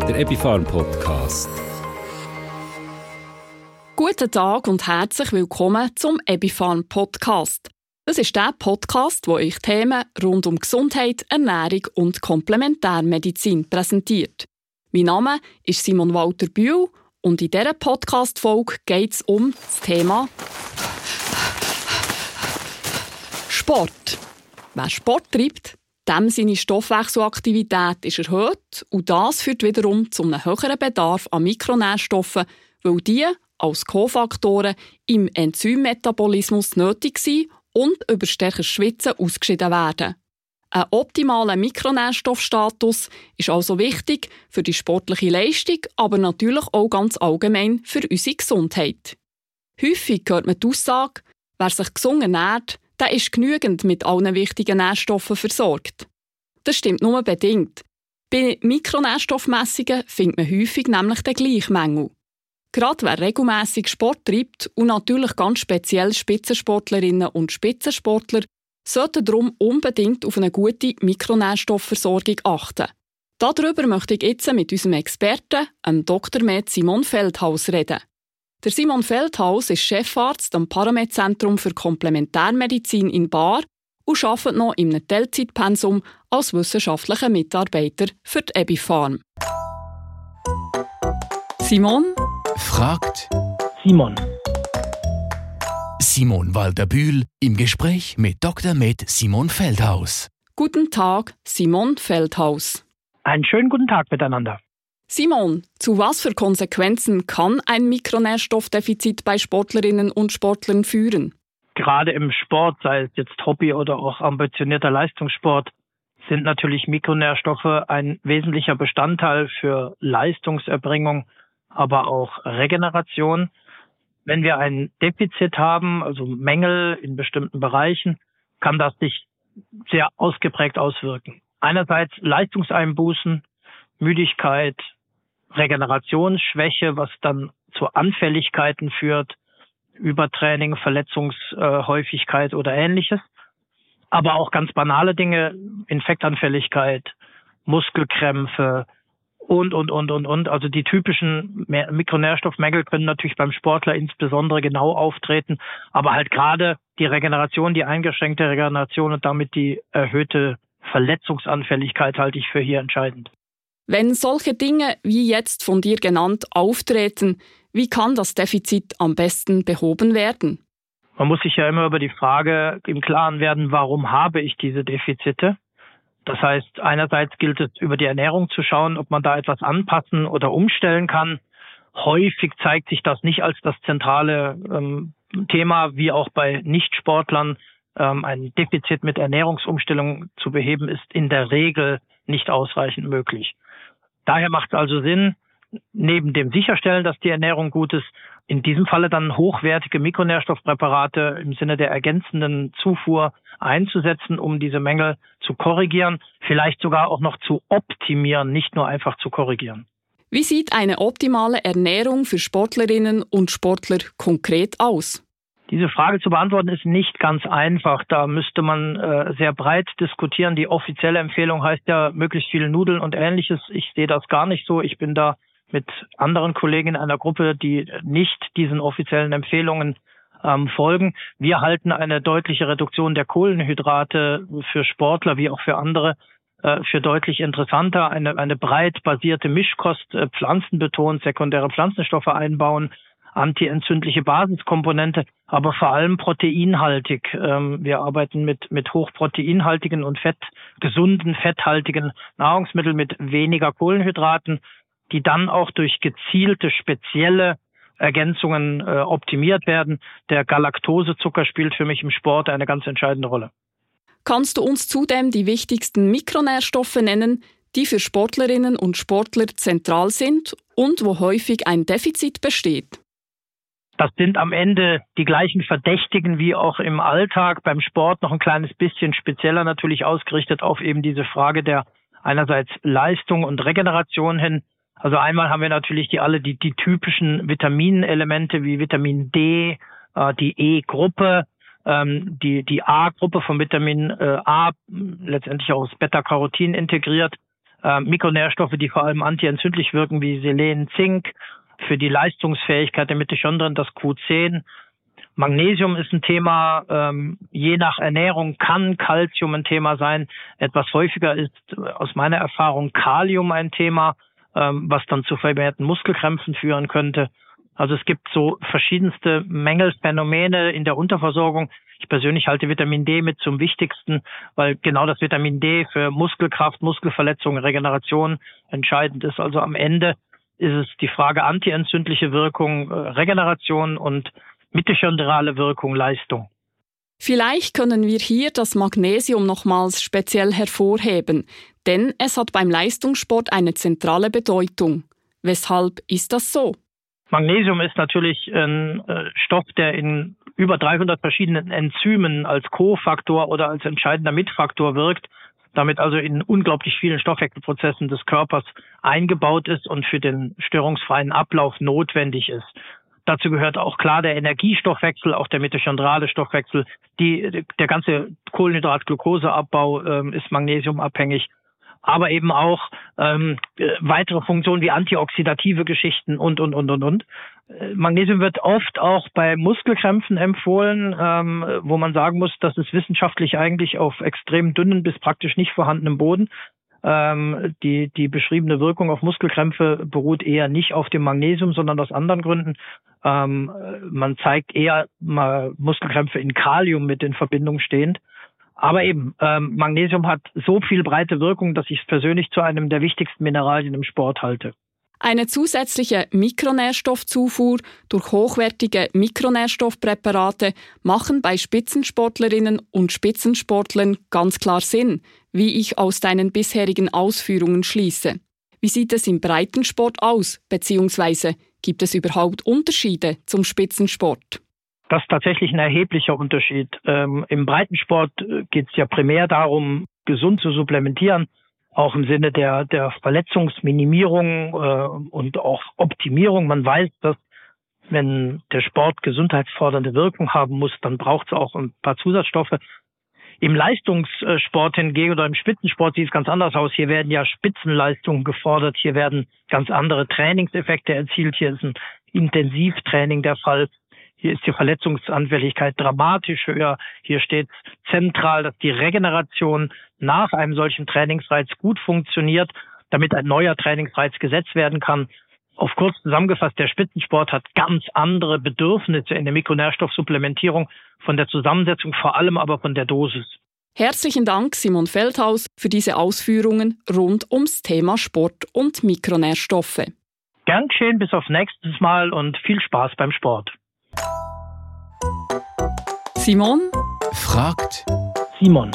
der Epifarm Podcast. Guten Tag und herzlich willkommen zum Epifarm Podcast. Das ist der Podcast, wo euch Themen rund um Gesundheit, Ernährung und Komplementärmedizin präsentiert. Mein Name ist Simon Walter Bühl und in dieser Podcast-Folge geht es um das Thema Sport. Wer Sport treibt, dem seine Stoffwechselaktivität ist erhöht und das führt wiederum zu einem höheren Bedarf an Mikronährstoffen, weil die als Kofaktoren im Enzymmetabolismus nötig sind und über stärkeres Schwitzen ausgeschieden werden. Ein optimaler Mikronährstoffstatus ist also wichtig für die sportliche Leistung, aber natürlich auch ganz allgemein für unsere Gesundheit. Häufig hört man die Aussage, wer sich gesund ernährt, der ist genügend mit allen wichtigen Nährstoffen versorgt. Das stimmt nur bedingt. Bei Mikronährstoffmessungen findet man häufig nämlich den Gleichmängel. Gerade wer regelmässig Sport treibt und natürlich ganz speziell Spitzensportlerinnen und Spitzensportler sollten darum unbedingt auf eine gute Mikronährstoffversorgung achten. Darüber möchte ich jetzt mit unserem Experten, dem Dr. Med Simon Feldhaus, reden. Der Simon Feldhaus ist Chefarzt am Paramed-Zentrum für Komplementärmedizin in Baar und arbeitet noch in einem Teilzeitpensum als wissenschaftlicher Mitarbeiter für die Epifarm. Simon fragt Simon. Simon Walter Bühl im Gespräch mit Dr. Med Simon Feldhaus. Guten Tag, Simon Feldhaus. Einen schönen guten Tag miteinander. Simon, zu was für Konsequenzen kann ein Mikronährstoffdefizit bei Sportlerinnen und Sportlern führen? Gerade im Sport, sei es jetzt Hobby oder auch ambitionierter Leistungssport, sind natürlich Mikronährstoffe ein wesentlicher Bestandteil für Leistungserbringung, aber auch Regeneration. Wenn wir ein Defizit haben, also Mängel in bestimmten Bereichen, kann das sich sehr ausgeprägt auswirken. Einerseits Leistungseinbußen, Müdigkeit, Regenerationsschwäche, was dann zu Anfälligkeiten führt, Übertraining, Verletzungshäufigkeit oder Ähnliches. Aber auch ganz banale Dinge, Infektanfälligkeit, Muskelkrämpfe und. Also die typischen Mikronährstoffmängel können natürlich beim Sportler insbesondere genau auftreten, aber halt gerade die Regeneration, die eingeschränkte Regeneration und damit die erhöhte Verletzungsanfälligkeit halte ich für hier entscheidend. Wenn solche Dinge wie jetzt von dir genannt auftreten, wie kann das Defizit am besten behoben werden? Man muss sich ja immer über die Frage im Klaren werden, warum habe ich diese Defizite? Das heißt, einerseits gilt es, über die Ernährung zu schauen, ob man da etwas anpassen oder umstellen kann. Häufig zeigt sich das nicht als das zentrale Thema, wie auch bei Nichtsportlern. Ein Defizit mit Ernährungsumstellung zu beheben, ist in der Regel nicht ausreichend möglich. Daher macht es also Sinn, neben dem Sicherstellen, dass die Ernährung gut ist, in diesem Falle dann hochwertige Mikronährstoffpräparate im Sinne der ergänzenden Zufuhr einzusetzen, um diese Mängel zu korrigieren, vielleicht sogar auch noch zu optimieren, nicht nur einfach zu korrigieren. Wie sieht eine optimale Ernährung für Sportlerinnen und Sportler konkret aus? Diese Frage zu beantworten ist nicht ganz einfach. Da müsste man sehr breit diskutieren. Die offizielle Empfehlung heißt ja möglichst viele Nudeln und Ähnliches. Ich sehe das gar nicht so. Ich bin da mit anderen Kollegen in einer Gruppe, die nicht diesen offiziellen Empfehlungen folgen. Wir halten eine deutliche Reduktion der Kohlenhydrate für Sportler wie auch für andere für deutlich interessanter. Eine breit basierte Mischkost, pflanzenbetont, sekundäre Pflanzenstoffe einbauen, antientzündliche Basiskomponente, aber vor allem proteinhaltig. Wir arbeiten mit hochproteinhaltigen und gesunden, fetthaltigen Nahrungsmitteln mit weniger Kohlenhydraten, die dann auch durch gezielte, spezielle Ergänzungen optimiert werden. Der Galaktosezucker spielt für mich im Sport eine ganz entscheidende Rolle. Kannst du uns zudem die wichtigsten Mikronährstoffe nennen, die für Sportlerinnen und Sportler zentral sind und wo häufig ein Defizit besteht? Das sind am Ende die gleichen Verdächtigen wie auch im Alltag. Beim Sport noch ein kleines bisschen spezieller natürlich ausgerichtet auf eben diese Frage der einerseits Leistung und Regeneration hin. Also einmal haben wir natürlich die typischen Vitaminelemente wie Vitamin D, die E-Gruppe, die A-Gruppe von Vitamin A, letztendlich aus Beta-Carotin integriert. Mikronährstoffe, die vor allem antientzündlich wirken, wie Selen, Zink, für die Leistungsfähigkeit der Mitochondrien das Q10. Magnesium ist ein Thema, je nach Ernährung kann Calcium ein Thema sein. Etwas häufiger ist aus meiner Erfahrung Kalium ein Thema, was dann zu vermehrten Muskelkrämpfen führen könnte. Also es gibt so verschiedenste Mängelphänomene in der Unterversorgung. Ich persönlich halte Vitamin D mit zum wichtigsten, weil genau das Vitamin D für Muskelkraft, Muskelverletzungen, Regeneration entscheidend ist. Also am Ende ist es die Frage antientzündliche Wirkung, Regeneration und mitochondriale Wirkung, Leistung. Vielleicht können wir hier das Magnesium nochmals speziell hervorheben, denn es hat beim Leistungssport eine zentrale Bedeutung. Weshalb ist das so? Magnesium ist natürlich ein Stoff, der in über 300 verschiedenen Enzymen als Kofaktor oder als entscheidender Mitfaktor wirkt, damit also in unglaublich vielen Stoffwechselprozessen des Körpers eingebaut ist und für den störungsfreien Ablauf notwendig ist. Dazu gehört auch klar der Energiestoffwechsel, auch der mitochondriale Stoffwechsel. Der ganze Kohlenhydrat-Glukoseabbau ist magnesiumabhängig. Aber eben auch weitere Funktionen wie antioxidative Geschichten und. Magnesium wird oft auch bei Muskelkrämpfen empfohlen, wo man sagen muss, das ist wissenschaftlich eigentlich auf extrem dünnen bis praktisch nicht vorhandenem Boden. Die beschriebene Wirkung auf Muskelkrämpfe beruht eher nicht auf dem Magnesium, sondern aus anderen Gründen. Man zeigt eher mal Muskelkrämpfe in Kalium mit in Verbindung stehend. Aber eben, Magnesium hat so viel breite Wirkung, dass ich es persönlich zu einem der wichtigsten Mineralien im Sport halte. Eine zusätzliche Mikronährstoffzufuhr durch hochwertige Mikronährstoffpräparate machen bei Spitzensportlerinnen und Spitzensportlern ganz klar Sinn, wie ich aus deinen bisherigen Ausführungen schließe. Wie sieht es im Breitensport aus, beziehungsweise gibt es überhaupt Unterschiede zum Spitzensport? Das ist tatsächlich ein erheblicher Unterschied. Im Breitensport geht es ja primär darum, gesund zu supplementieren, auch im Sinne der Verletzungsminimierung und auch Optimierung. Man weiß, dass wenn der Sport gesundheitsfördernde Wirkung haben muss, dann braucht es auch ein paar Zusatzstoffe. Im Leistungssport hingegen oder im Spitzensport sieht es ganz anders aus. Hier werden ja Spitzenleistungen gefordert, hier werden ganz andere Trainingseffekte erzielt, hier ist ein Intensivtraining der Fall. Hier ist die Verletzungsanfälligkeit dramatisch höher. Hier steht zentral, dass die Regeneration nach einem solchen Trainingsreiz gut funktioniert, damit ein neuer Trainingsreiz gesetzt werden kann. Auf kurz zusammengefasst, der Spitzensport hat ganz andere Bedürfnisse in der Mikronährstoffsupplementierung, von der Zusammensetzung, vor allem aber von der Dosis. Herzlichen Dank, Simon Feldhaus, für diese Ausführungen rund ums Thema Sport und Mikronährstoffe. Gern geschehen, bis auf nächstes Mal und viel Spaß beim Sport. Simon fragt Simon.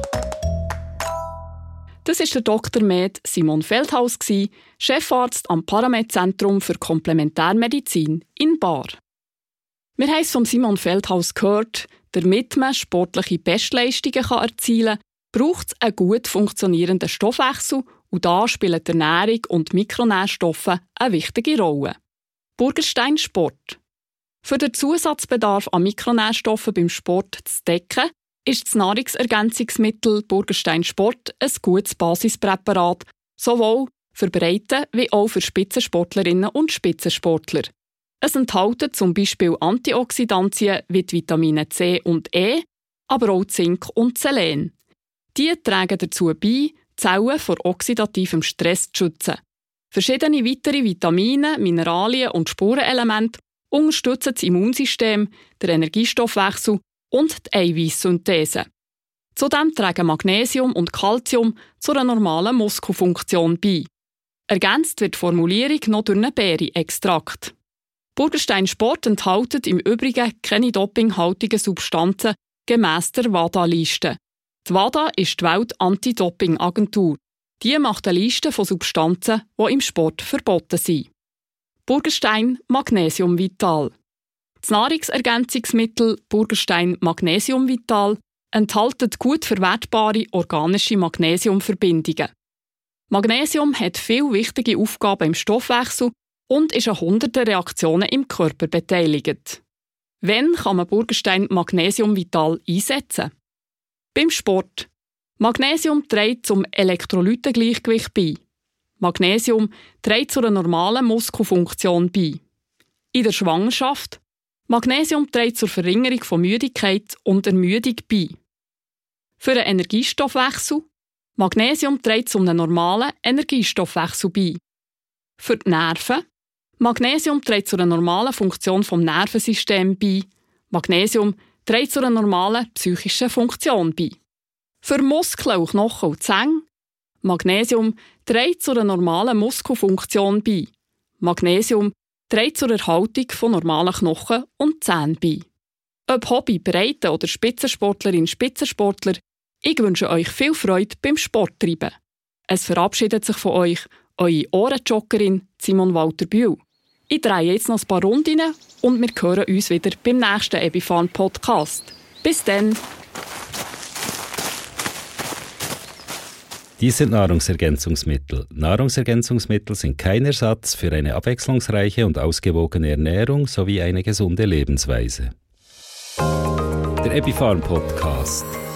Das ist der Dr. Med Simon Feldhaus, Chefarzt am Paramed-Zentrum für Komplementärmedizin in Baar. Wir haben es von Simon Feldhaus gehört, damit man sportliche Bestleistungen erzielen kann, braucht es einen gut funktionierenden Stoffwechsel und da spielen die Ernährung und Mikronährstoffe eine wichtige Rolle. Burgerstein Sport. Für den Zusatzbedarf an Mikronährstoffen beim Sport zu decken, ist das Nahrungsergänzungsmittel Burgerstein Sport ein gutes Basispräparat, sowohl für Breite- wie auch für Spitzensportlerinnen und Spitzensportler. Es enthält zum Beispiel Antioxidantien wie die Vitamine C und E, aber auch Zink und Selen. Die tragen dazu bei, die Zellen vor oxidativem Stress zu schützen. Verschiedene weitere Vitamine, Mineralien und Spurenelemente unterstützen das Immunsystem, den Energiestoffwechsel und die Eiweißsynthese. Zudem tragen Magnesium und Calcium zu einer normalen Muskelfunktion bei. Ergänzt wird die Formulierung noch durch einen Beerenextrakt. Burgerstein Sport enthält im Übrigen keine dopinghaltigen Substanzen gemäss der WADA-Liste. Die WADA ist die Welt-Anti-Doping-Agentur. Die macht eine Liste von Substanzen, die im Sport verboten sind. Burgerstein Magnesium Vital. Das Nahrungsergänzungsmittel Burgerstein Magnesium Vital enthält gut verwertbare organische Magnesiumverbindungen. Magnesium hat viele wichtige Aufgaben im Stoffwechsel und ist an hunderten Reaktionen im Körper beteiligt. Wann kann man Burgerstein Magnesium Vital einsetzen? Beim Sport. Magnesium trägt zum Elektrolytengleichgewicht bei. Magnesium trägt zu einer normalen Muskelfunktion bei. In der Schwangerschaft. Magnesium trägt zur Verringerung von Müdigkeit und Ermüdung bei. Für den Energiestoffwechsel. Magnesium trägt zu einem normalen Energiestoffwechsel bei. Für die Nerven. Magnesium trägt zu einer normalen Funktion vom Nervensystem bei. Magnesium trägt zu einer normalen psychischen Funktion bei. Für Muskeln und Knochen und Zähne. Magnesium trägt zu einer normalen Muskelfunktion bei. Magnesium trägt zur Erhaltung von normalen Knochen und Zähnen bei. Ob Hobby, Breiten- oder Spitzensportlerin, Spitzensportler, ich wünsche euch viel Freude beim Sporttreiben. Es verabschiedet sich von euch eure Ohrenjoggerin Simon Walter-Bühl. Ich drehe jetzt noch ein paar Runden und wir hören uns wieder beim nächsten Epiphan-Podcast. Bis dann! Dies sind Nahrungsergänzungsmittel. Nahrungsergänzungsmittel sind kein Ersatz für eine abwechslungsreiche und ausgewogene Ernährung sowie eine gesunde Lebensweise. Der Epiphan Podcast.